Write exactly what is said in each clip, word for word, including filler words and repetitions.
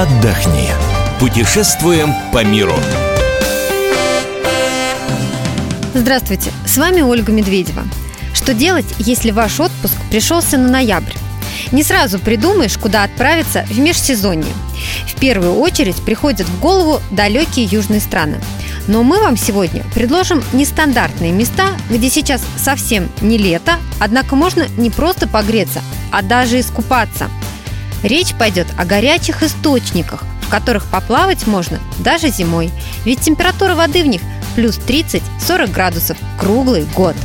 отдохни. Путешествуем по миру. Здравствуйте, с вами Ольга Медведева. Что делать, если ваш отпуск пришелся на ноябрь? Не сразу придумаешь, куда отправиться в межсезонье. В первую очередь приходят в голову далекие южные страны. Но мы вам сегодня предложим нестандартные места, где сейчас совсем не лето, однако можно не просто погреться, а даже искупаться. Речь пойдет о горячих источниках, в которых поплавать можно даже зимой, ведь температура воды в них плюс тридцать-сорок градусов круглый год.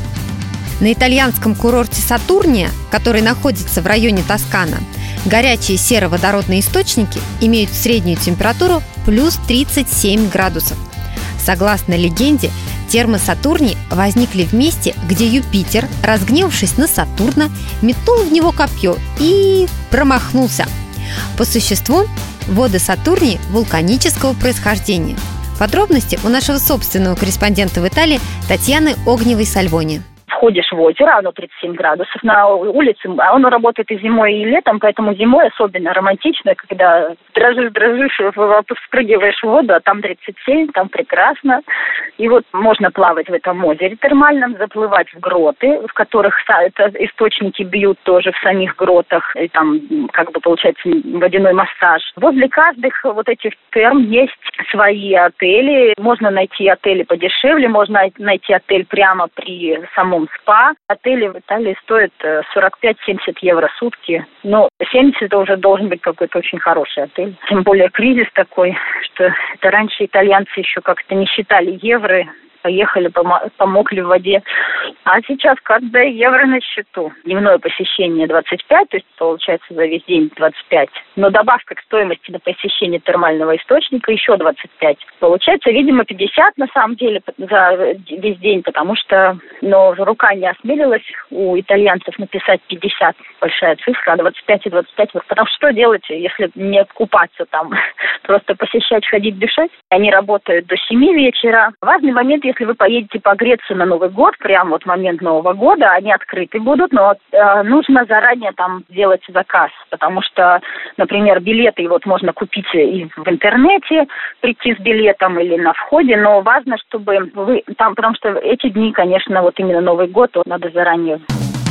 На итальянском курорте Сатурния, который находится в районе Тоскана, горячие сероводородные источники имеют среднюю температуру плюс тридцать семь градусов. Согласно легенде, термы Сатурний возникли в месте, где Юпитер, разгневавшись на Сатурна, метнул в него копье и промахнулся. По существу, воды Сатурнии вулканического происхождения. Подробности у нашего собственного корреспондента в Италии Татьяны Огневой-Сальвони. Входишь в озеро, оно тридцать семь градусов на улице, а оно работает и зимой, и летом, поэтому зимой особенно романтично, когда дрожишь, дрожишь, вспрыгиваешь в воду, а там тридцать семь, там прекрасно. И вот можно плавать в этом озере термальном, заплывать в гроты, в которых это источники бьют тоже в самих гротах, и там как бы получается водяной массаж. Возле каждых вот этих терм есть свои отели, можно найти отели подешевле, можно найти отель прямо при самом спа. Отели в Италии стоят сорок пять-семьдесят евро в сутки. Но семьдесят это уже должен быть какой-то очень хороший отель. Тем более кризис такой, что это раньше итальянцы еще как-то не считали евро, поехали, помокли в воде. А сейчас каждое евро на счету. Дневное посещение двадцать пять, то есть получается за весь день двадцать пять. Но добавка к стоимости на посещение термального источника еще двадцать пять. Получается, видимо, пятьдесят на самом деле за весь день, потому что но рука не осмелилась у итальянцев написать пятьдесят. Большая цифра, а двадцать пять и двадцать пять. Потому что что делать, если не купаться там? Просто посещать, ходить, дышать? Они работают до семи вечера. Важный момент, если вы поедете погреться на Новый год, прямо вот в момент Нового года, они открыты будут, но э, нужно заранее там делать заказ, потому что, например, билеты вот можно купить и в интернете, прийти с билетом или на входе, но важно, чтобы вы там, потому что эти дни, конечно, вот именно Новый год, вот надо заранее.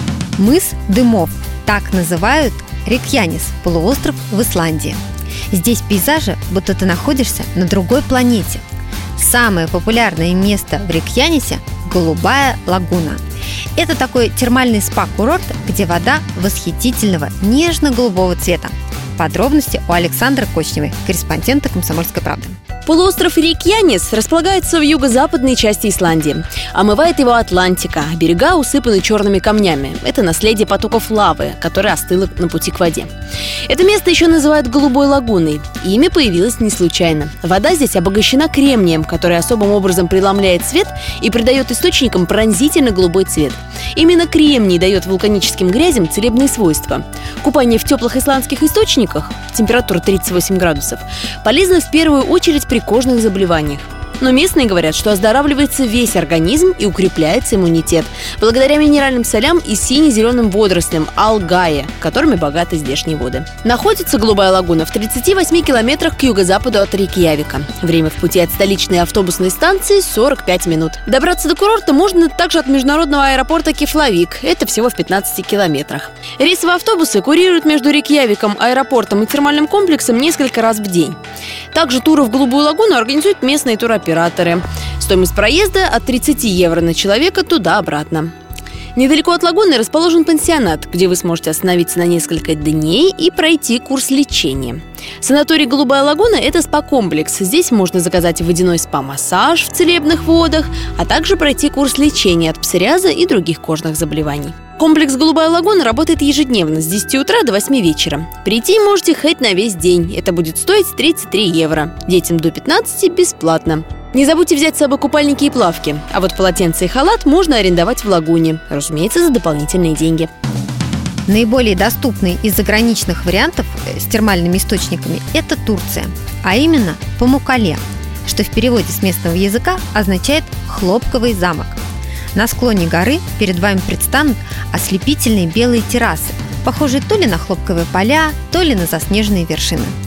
Мыс Дымов. Так называют Рейкьянес, полуостров в Исландии. Здесь пейзажи, будто ты находишься на другой планете. Самое популярное место в Рейкьянесе – Голубая лагуна. Это такой термальный спа-курорт, где вода восхитительного нежно-голубого цвета. Подробности у Александры Кочневой, корреспондента «Комсомольской правды». Полуостров Рейкьянес располагается в юго-западной части Исландии. Омывает его Атлантика, берега усыпаны черными камнями. Это наследие потоков лавы, которая остыла на пути к воде. Это место еще называют Голубой лагуной. Имя появилось не случайно. Вода здесь обогащена кремнием, который особым образом преломляет свет и придает источникам пронзительно голубой цвет. Именно кремний дает вулканическим грязям целебные свойства. Купание в теплых исландских источниках, температура тридцать восемь градусов, полезно в первую очередь при кожных заболеваниях. Но местные говорят, что оздоравливается весь организм и укрепляется иммунитет благодаря минеральным солям и сине-зеленым водорослям алгае, которыми богаты здешние воды. Находится Голубая лагуна в тридцати восьми километрах к юго-западу от Рейкьявика. Время в пути от столичной автобусной станции сорок пять минут. Добраться до курорта можно также от международного аэропорта Кефлавик. Это всего в пятнадцати километрах. Рейсовые автобусы курируют между Рейкьявиком, аэропортом и термальным комплексом несколько раз в день. Также туры в Голубую лагуну организуют местные туроператоры. Стоимость проезда от тридцати евро на человека туда-обратно. Недалеко от лагуны расположен пансионат, где вы сможете остановиться на несколько дней и пройти курс лечения. Санаторий «Голубая лагуна» – это спа-комплекс. Здесь можно заказать водяной спа-массаж в целебных водах, а также пройти курс лечения от псориаза и других кожных заболеваний. Комплекс «Голубая лагуна» работает ежедневно с десяти утра до восьми вечера. Прийти можете хоть на весь день. Это будет стоить тридцать три евро. Детям до пятнадцати бесплатно. Не забудьте взять с собой купальники и плавки. А вот полотенце и халат можно арендовать в лагуне. Разумеется, за дополнительные деньги. Наиболее доступный из заграничных вариантов с термальными источниками – это Турция, а именно Памуккале, что в переводе с местного языка означает «хлопковый замок». На склоне горы перед вами предстанут ослепительные белые террасы, похожие то ли на хлопковые поля, то ли на заснеженные вершины.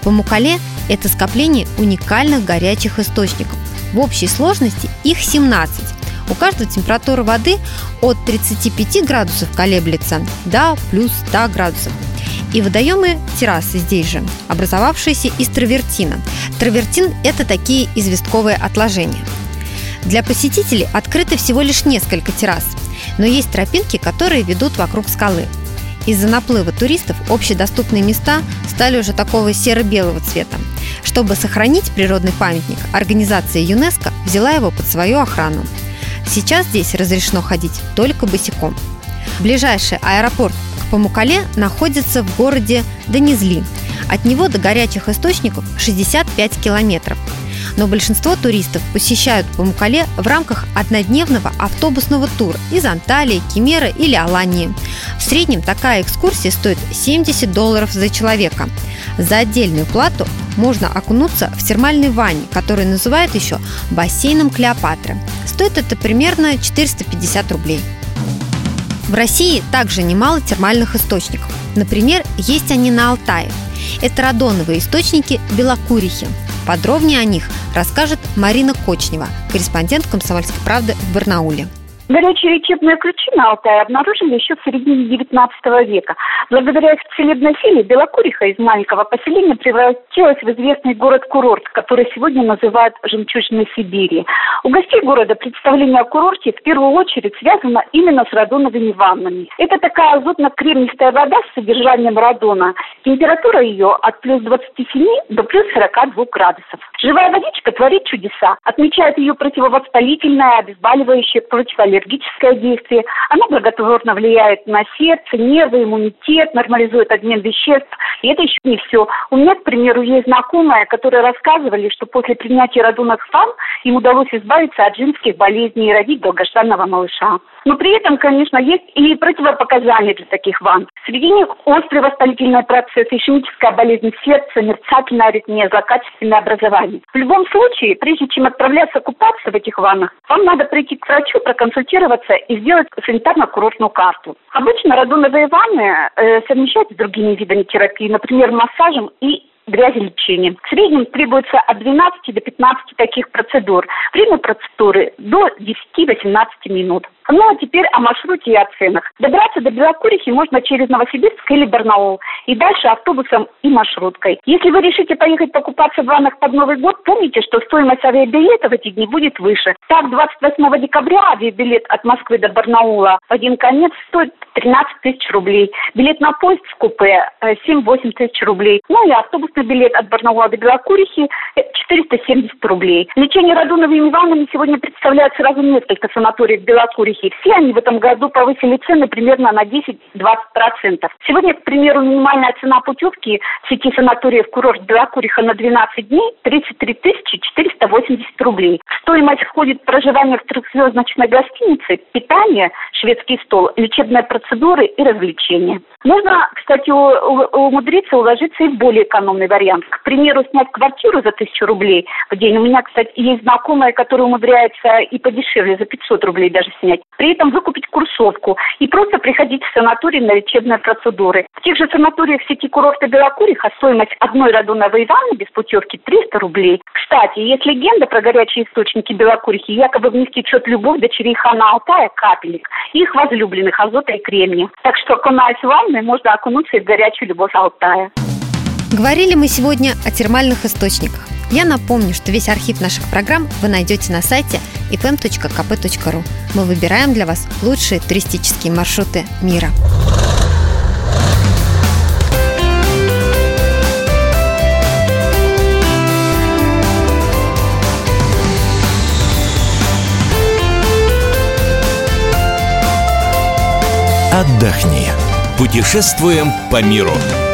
Памуккале – это скопление уникальных горячих источников. В общей сложности их семнадцать. У каждого температура воды от тридцати пяти градусов колеблется до плюс ста градусов. И водоемы террасы здесь же, образовавшиеся из травертина. Травертин – это такие известковые отложения. Для посетителей открыто всего лишь несколько террас, но есть тропинки, которые ведут вокруг скалы. Из-за наплыва туристов общедоступные места стали уже такого серо-белого цвета. Чтобы сохранить природный памятник, организация ЮНЕСКО взяла его под свою охрану. Сейчас здесь разрешено ходить только босиком. Ближайший аэропорт к Памуккале находится в городе Денизли. От него до горячих источников шестьдесят пять километров. Но большинство туристов посещают Памуккале в рамках однодневного автобусного тура из Анталии, Кемера или Алании. В среднем такая экскурсия стоит семьдесят долларов за человека. За отдельную плату можно окунуться в термальной ванне, которую называют еще бассейном Клеопатры. Стоит это примерно четыреста пятьдесят рублей. В России также немало термальных источников. Например, есть они на Алтае. Это радоновые источники Белокурихи. Подробнее о них расскажет Марина Кочнева, корреспондент «Комсомольской правды» в Барнауле. Горячие лечебные ключи на Алтае обнаружили еще в середине девятнадцатого века. Благодаря их целебной силе Белокуриха из маленького поселения превратилась в известный город-курорт, который сегодня называют «Жемчужиной Сибири». У гостей города представление о курорте в первую очередь связано именно с радоновыми ваннами. Это такая азотно-кремнистая вода с содержанием радона. Температура ее от плюс двадцати семи до плюс сорока двух градусов. Живая водичка творит чудеса. Отмечает ее противовоспалительное, обезболивающее, противоаллергическое аллергическое действие. Она благотворно влияет на сердце, нервы, иммунитет, нормализует обмен веществ. И это еще не все. У меня, к примеру, есть знакомые, которые рассказывали, что после принятия радоновых ванн им удалось избавиться от женских болезней и родить долгожданного малыша. Но при этом, конечно, есть и противопоказания для таких ванн. Среди них острый воспалительный процесс, ишемическая болезнь сердца, мерцательная аритмия, злокачественное образование. В любом случае, прежде чем отправляться купаться в этих ваннах, вам надо прийти к врачу, проконсультироваться и сделать санитарно-курортную карту. Обычно радоновые ванны э, совмещают с другими видами терапии, например, массажем и грязелечением. В среднем требуется от двенадцати до пятнадцати таких процедур. Время процедуры до десяти-восемнадцати минут. Ну а теперь о маршруте и о ценах. Добраться до Белокурихи можно через Новосибирск или Барнаул. И дальше автобусом и маршруткой. Если вы решите поехать покупаться в ваннах под Новый год, помните, что стоимость авиабилета в эти дни будет выше. Так, двадцать восьмого декабря авиабилет от Москвы до Барнаула в один конец стоит тринадцать тысяч рублей. Билет на поезд с купе семь-восемь тысяч рублей. Ну и автобусный билет от Барнаула до Белокурихи четыреста семьдесят рублей. Лечение радоновыми ваннами сегодня представляет сразу несколько санаториев Белокурихи. Все они в этом году повысили цены примерно на десять-двадцать процентов. Сегодня, к примеру, минимальная цена путевки в сети санаториев курорт Белокуриха на двенадцать дней тридцать три тысячи четыреста восемьдесят рублей. В стоимость входит проживание в трехзвездочной гостинице, питание, шведский стол, лечебные процедуры и развлечения. Можно, кстати, умудриться уложиться и в более экономный вариант. К примеру, снять квартиру за тысячу рублей в день. У меня, кстати, есть знакомые, которые умудряются и подешевле, за пятьсот рублей даже снять. При этом выкупить курсовку и просто приходить в санаторий на лечебные процедуры. В тех же санаториях в сети курорта Белокуриха стоимость одной радоновой ванны без путевки триста рублей. Кстати, есть легенда про горячие источники Белокурихи. Якобы в них течет любовь дочерей хана Алтая, капелек, и их возлюбленных азота и кремния. Так что, окунаясь в ванну, можно окунуться и в горячую любовь Алтая. Говорили мы сегодня о термальных источниках. Я напомню, что весь архив наших программ вы найдете на сайте эф эм точка ка пэ точка ру. Мы выбираем для вас лучшие туристические маршруты мира. Отдохни. Путешествуем по миру.